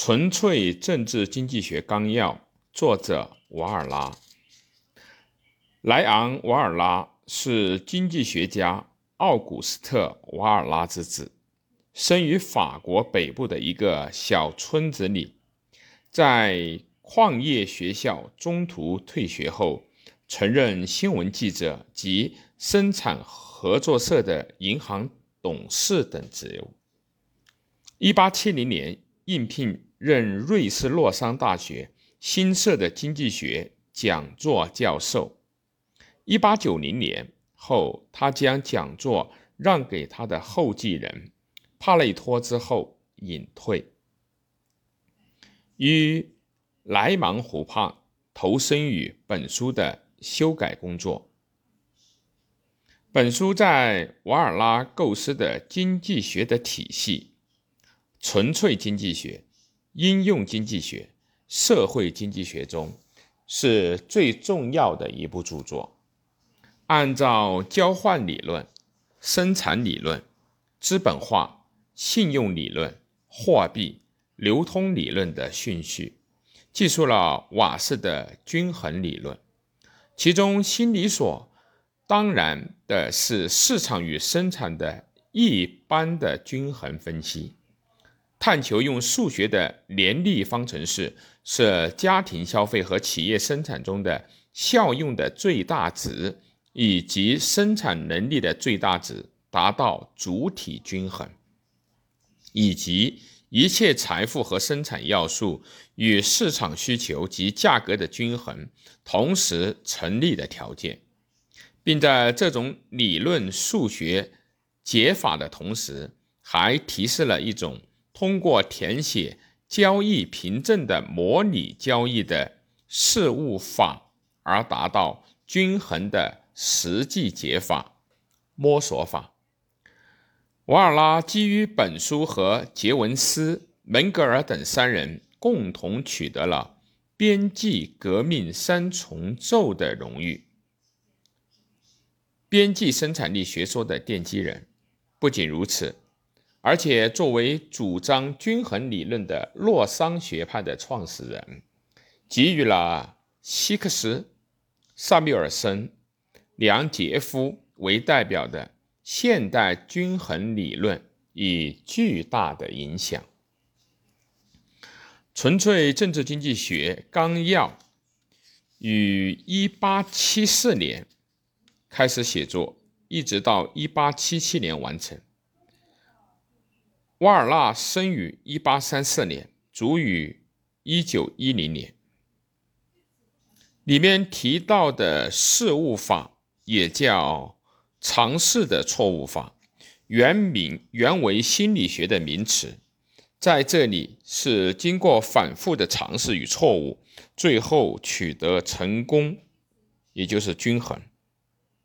纯粹政治经济学纲要，作者瓦尔拉。莱昂·瓦尔拉是经济学家奥古斯特·瓦尔拉之子，生于法国北部的一个小村子里。在矿业学校中途退学后，曾任新闻记者及生产合作社的银行董事等职务。1870年应聘任瑞士洛桑大学新设的经济学讲座教授。1890年后，他将讲座让给他的后继人帕累托之后隐退，于莱芒湖畔投身于本书的修改工作。本书在瓦尔拉构思的经济学的体系，纯粹经济学、应用经济学、社会经济学中是最重要的一部著作。按照交换理论、生产理论、资本化、信用理论、货币、流通理论的顺序，记述了瓦氏的均衡理论。其中新理所当然的是市场与生产的一般的均衡分析，探求用数学的联立方程式使家庭消费和企业生产中的效用的最大值以及生产能力的最大值达到主体均衡，以及一切财富和生产要素与市场需求及价格的均衡同时成立的条件，并在这种理论数学解法的同时，还提示了一种通过填写交易凭证的模拟交易的事务法而达到均衡的实际解法摸索法。瓦尔拉基于本书和杰文斯、门格尔等3人共同取得了边际革命3重奏的荣誉。边际生产力学说的奠基人。不仅如此，而且作为主张均衡理论的洛桑学派的创始人，给予了希克斯、萨缪尔森、梁杰夫为代表的现代均衡理论以巨大的影响。纯粹政治经济学纲要于1874年开始写作，一直到1877年完成。瓦尔纳生于1834年，卒于1910年。里面提到的事务法也叫尝试的错误法，原为心理学的名词，在这里是经过反复的尝试与错误，最后取得成功，也就是均衡。